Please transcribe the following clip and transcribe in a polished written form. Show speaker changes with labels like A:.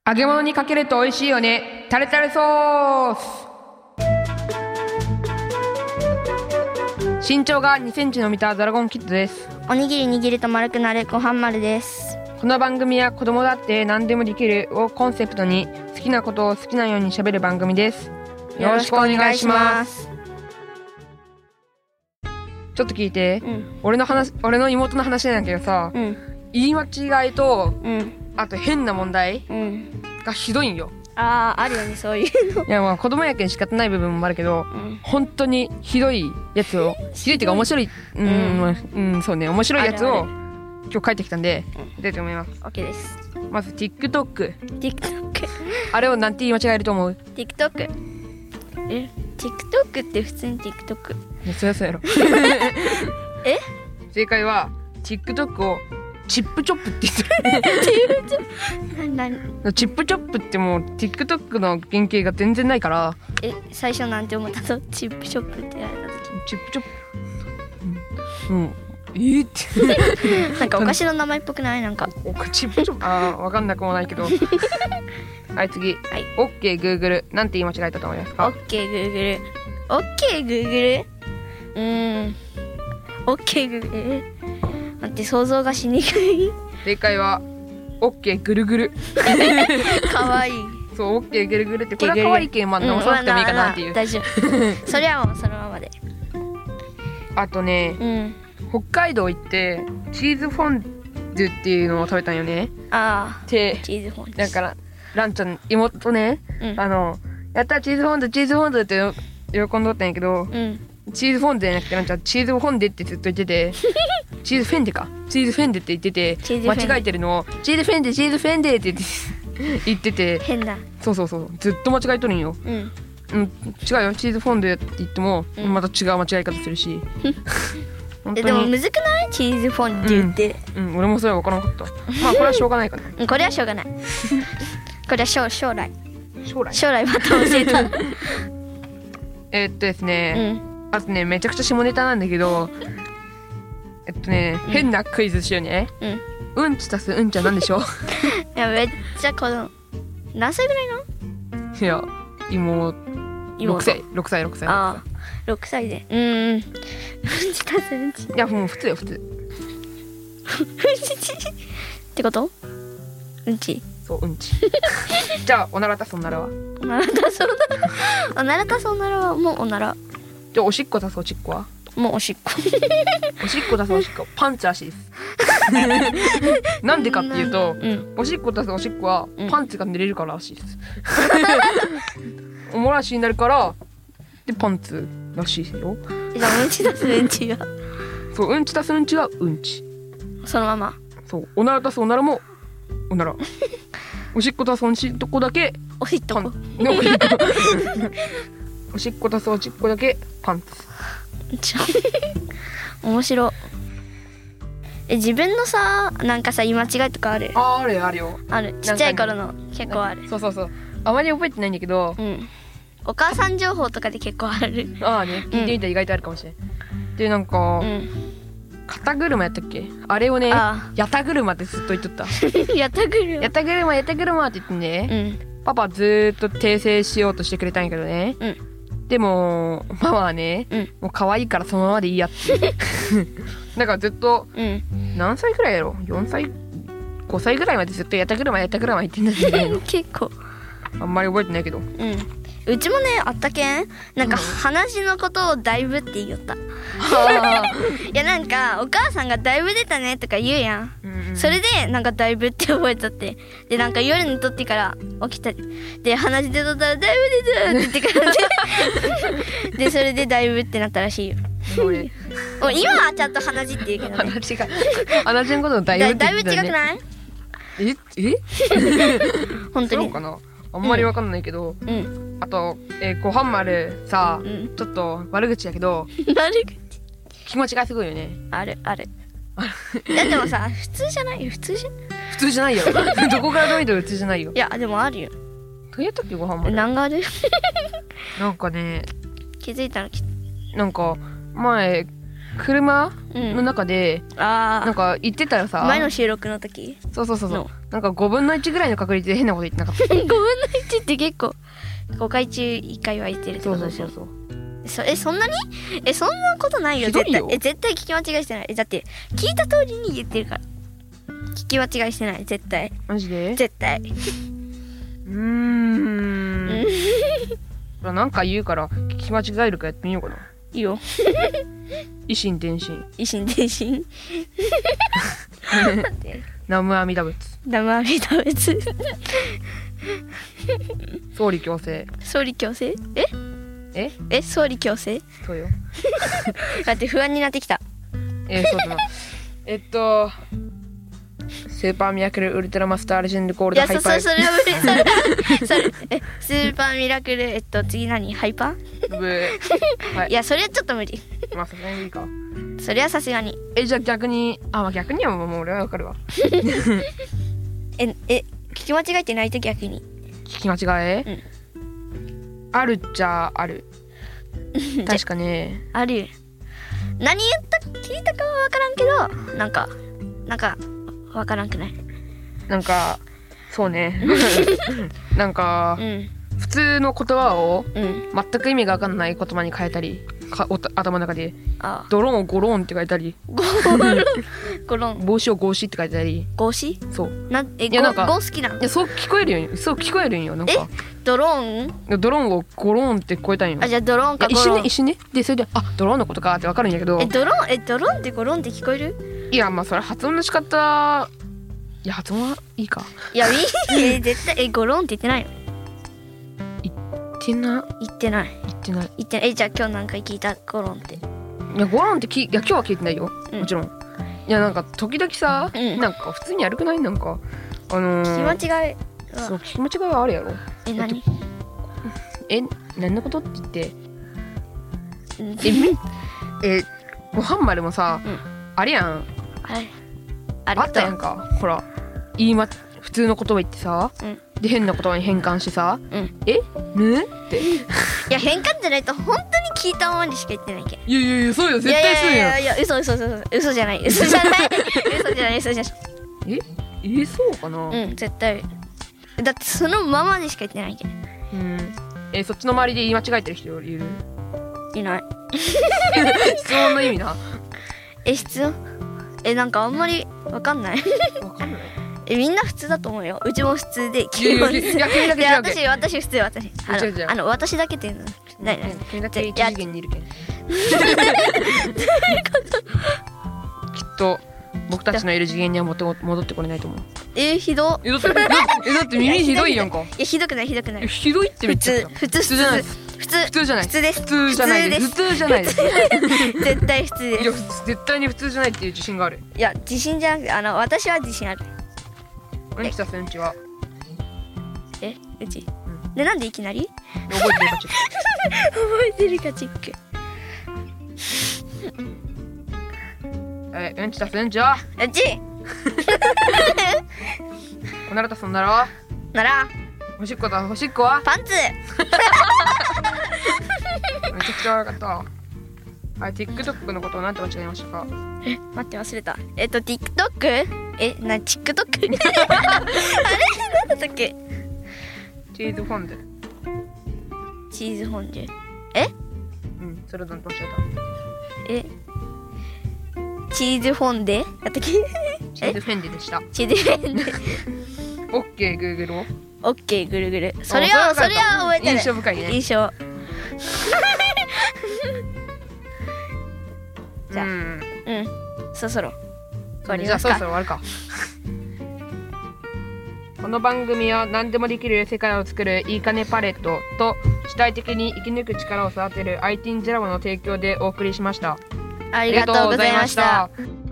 A: 揚げ物にかけると美味しいよね。タルタルソース。身長が2センチ伸びたドラゴンキッドです。
B: おにぎり握ると丸くなるごはん丸です。
A: この番組は子供だって何でもできるをコンセプトに好きなことを好きなように喋る番組です。よろしくお願いします。ちょっと聞いて、俺の妹の話なんだけどさ、言い間違いと、あと変な問題、がひどいんよ。
B: あるよね、そういうの。
A: いや、まあ子供やけん仕方ない部分もあるけど、本当にひどいやつを、ひどいっていうか面白い、そうね、面白いやつを今日帰ってきたんで、出て思います。
B: OK です。
A: まず TikTok。
B: TikTok
A: あれをなんて言い間違えると思う？
B: TikTok って普通に TikTok。
A: いや、そうやろ正解は TikTok をチップチョップって言ってるチップチョップってもう TikTok の原型が全然ないから。
B: 最初なんて思ったの？チップチョップって言われた時。
A: チップチョップ、って
B: なんかお菓子の名前っぽくない？なんか
A: チップチョップわかんなくもないけどはい次、OK Google なんて言い間違えたと思いますか？
B: OK Google OK Google 待って、想像がしにくい。
A: 正解は OK ぐるぐる。
B: かわいい。
A: そう、 OK ぐるぐるって、これはかわいいけん、直さなくてもいいかなっていう。
B: 大丈夫それはもうそのままで。
A: あとね、北海道行ってチーズフォンデュっていうのを食べたんよね。で
B: チーズフォンデュ
A: だからランちゃん妹ね、やったチーズフォンデュって喜んどったんやけど、チーズフォンデじゃなくてランちゃんチーズフォンデってずっと言っててチーズフェンデって言ってて、間違えてるのをチーズフェンデって言ってて、変だ。そうずっと間違えとるんよ。違うよ、チーズフォンデって言ってもまた違う間違い方するし
B: でもむずくない？チーズフォンデュって。
A: 俺もそれは分からなかった。まあこれはしょうがないかな。
B: これはしょうがない。これは将来また教えた。
A: ですね、あとね、めちゃくちゃ下ネタなんだけど、変なクイズしようね。うんち足すうんちは何でしょう？
B: いや、めっちゃ子供。何歳ぐらいの？
A: いや、妹6歳。
B: 6歳で。うんち足すうんち。
A: いや、もう普通よ、普通。
B: ってこと？うんち。
A: そう、うんち。じゃあ、おなら足すおならは？
B: おなら足すおなら足すおならはもうおなら。
A: じゃあ、おしっこ足すおしっこは？もう
B: おしっこ。
A: おしっこ足すおしっこ、パンツらしいです。なんでかっていうと、おしっこ足すおしっこはパンツが寝れるかららしいです。おもらしになるからでパンツらしいよ。
B: じゃあうんち足すうんちが。
A: そう、うんち足すうんちがうんち。そのまま。そう、おなら足すおならもおなら。おしっこ足すおしっこだけ
B: おしっこ。
A: おしっこ足すおしっこだけパンツ。
B: 面白。自分のさ、なんかさ、言い間違いとかある？
A: あるよ。
B: ある。ちっちゃい頃の結構ある。
A: そう。あまり覚えてないんだけど、
B: お母さん情報とかで結構ある。
A: ね、聞いてみたら意外とあるかもしれない。で、なんか、肩車やったっけ？あれをね、やた車ってずっと言っとった。
B: やた車
A: って言ってね、パパずーっと訂正しようとしてくれたんやけどね。でもママはね、もう可愛いからそのままでいいやってだからずっと、何歳くらいやろ、4歳5歳ぐらいまでずっとやった車言ってんだけど
B: 結構
A: あんまり覚えてないけど、
B: うちもね、あったけん、なんか話のことをだいぶって言いよった。いや、なんかお母さんがだいぶ出たねとか言うやん、それでなんかだいぶって覚えちゃって、でなんか夜寝とってから起きたで話出とったらだいぶ出たって言ってからでそれでだいぶってなったらしいよ。もう今はちゃんと話って言うけどね。
A: 話のことのだいぶって
B: だいぶ違くない？本当に
A: そうかな、あんまりわかんないけど、あと、ごはん丸さ、ちょっと悪口やけど気持ちがすごいよね。
B: あるいやでもさ、普通じゃないよ。普通
A: じゃないよ。どこからどう見ても普通じゃないよ。
B: いやでもあるよ。
A: どうやったっけ、ごはん丸。
B: 何がある？
A: なんかね、
B: 気づいたら
A: なんか前車の中で、なんか行ってたらさ、
B: 前の収録の時、
A: そうなんか5分の1ぐらいの確率で変なこと言ってなかった。
B: 5分の1って結構5回中1回は言ってるってことでしょ。
A: そう
B: そんなにそんなことないよ。
A: ひどいよ
B: 絶対聞き間違いしてない。だって聞いた通りに言ってるから。聞き間違いしてない絶対。
A: マジで？
B: 絶対。
A: なんか言うから聞き間違えるかやってみようかな。
B: いいよ。
A: 維新伝心。
B: 維新伝心。
A: 南無阿弥陀仏。
B: 南無阿弥陀仏。
A: 総理強制。
B: 総理強制？総理強制？
A: そうよ。
B: だって不安になってきた。
A: そうだな。スーパーミラクルウルトラマスターレジェンドゴールドハイパー。
B: それは無理。それスーパーミラクル次何ハイパー？はい。いやそれはちょっと無理。
A: まあさすがにいいか。
B: それはさすがに。
A: じゃあ逆に逆にはもう俺はわかるわ。
B: 聞き間違えてないと逆に。
A: 聞き間違え？あるっちゃある。確かね。
B: ある。何言ったか聞いたかはわからんけど、なんかわからんくない？
A: なんかそうね。なんか、普通の言葉を全く意味がわかんない言葉に変えたり、頭の中でドローンをゴローンって書いたり、
B: ゴロン
A: 帽子をゴーシって書いたり。
B: ゴーシ？
A: そう。
B: いやなんかゴー好きなの？
A: いやそう聞こえるよ。そう聞こえるんよ。なんか
B: ドローン？
A: ドローンをゴローンって聞こえたんよ。
B: じゃあドローンかゴローン。
A: 一瞬ね。でそれでドローンのことかってわかるんやけど。
B: ドローンってゴローンって聞こえる？
A: いやまあそれ発音の仕方。いや発音はいいか。
B: いやいい。絶対ゴローンって言ってないの？
A: 言ってない。
B: じゃあ今日何回聞いたゴローンって？
A: いやゴローンっていや今日は聞いてないよ。もちろん。いやなんか時々さ、なんか普通に歩くない？なんか
B: 聞き間違い。
A: そう聞き間違いはあるやろ。
B: 何？
A: 何のことって言って。ご飯丸もさ、あれやん。あったやんか。ほら普通の言葉言ってさ、で変な言葉に変換してさ、って。
B: いや変換じゃないと本当に聞いたままにしか言ってないけん。
A: いやそうよ絶対そうよ。
B: いや嘘じゃない。
A: そうかな。
B: 絶対。だってそのままにしか言ってないけん。
A: そっちの周りで言い間違えてる人いる？
B: いない。
A: 質問の意味な。
B: 質問？なんかあんまりわかんない。みんな普通だと思うよ。うちも普通で。
A: いや
B: 私普通。私だけっていうの。
A: 君だけ一次元にいるけん。きっと僕たちのいる次元には戻ってこれないと思う。
B: ひど。
A: だって耳ひどいやんか。
B: いやひどくない。
A: ひどいってめっちゃ
B: 普通じゃない。普通じゃない。
A: 普通じゃないです。
B: 絶対普通です。
A: いや絶対に普通じゃないっていう自信がある。
B: いや自信じゃなくて私は自信ある。
A: うんちたすうんちは。
B: うち。でなんでいきなり？
A: 覚
B: えてるかチェック。
A: うんちたすうんちは。
B: うち。
A: おならたすんだろ。
B: なら。
A: おしっこは？
B: パンツ。
A: めちゃくちゃ悪かった。TikTok のことをなんて間違えましたか？
B: 待って忘れた。TikTok？TikTok？ あれなんだったっけ？
A: チーズフォンデュ。それなんて間違え
B: た。チーズフォンデやったっけ？
A: チーズフェンデでした。
B: チーズフェンデ。
A: オッケーグーグルを。
B: オッケーぐるぐる。それは覚えてる。
A: 印象深いね。
B: 印象。じゃあそろそろ終わりますか。
A: じゃあそろそろ終わるか。この番組は何でもできる世界を作るいいかねパレットと主体的に生き抜く力を育てる ITINS ラボの提供でお送りしました。
B: ありがとうございました。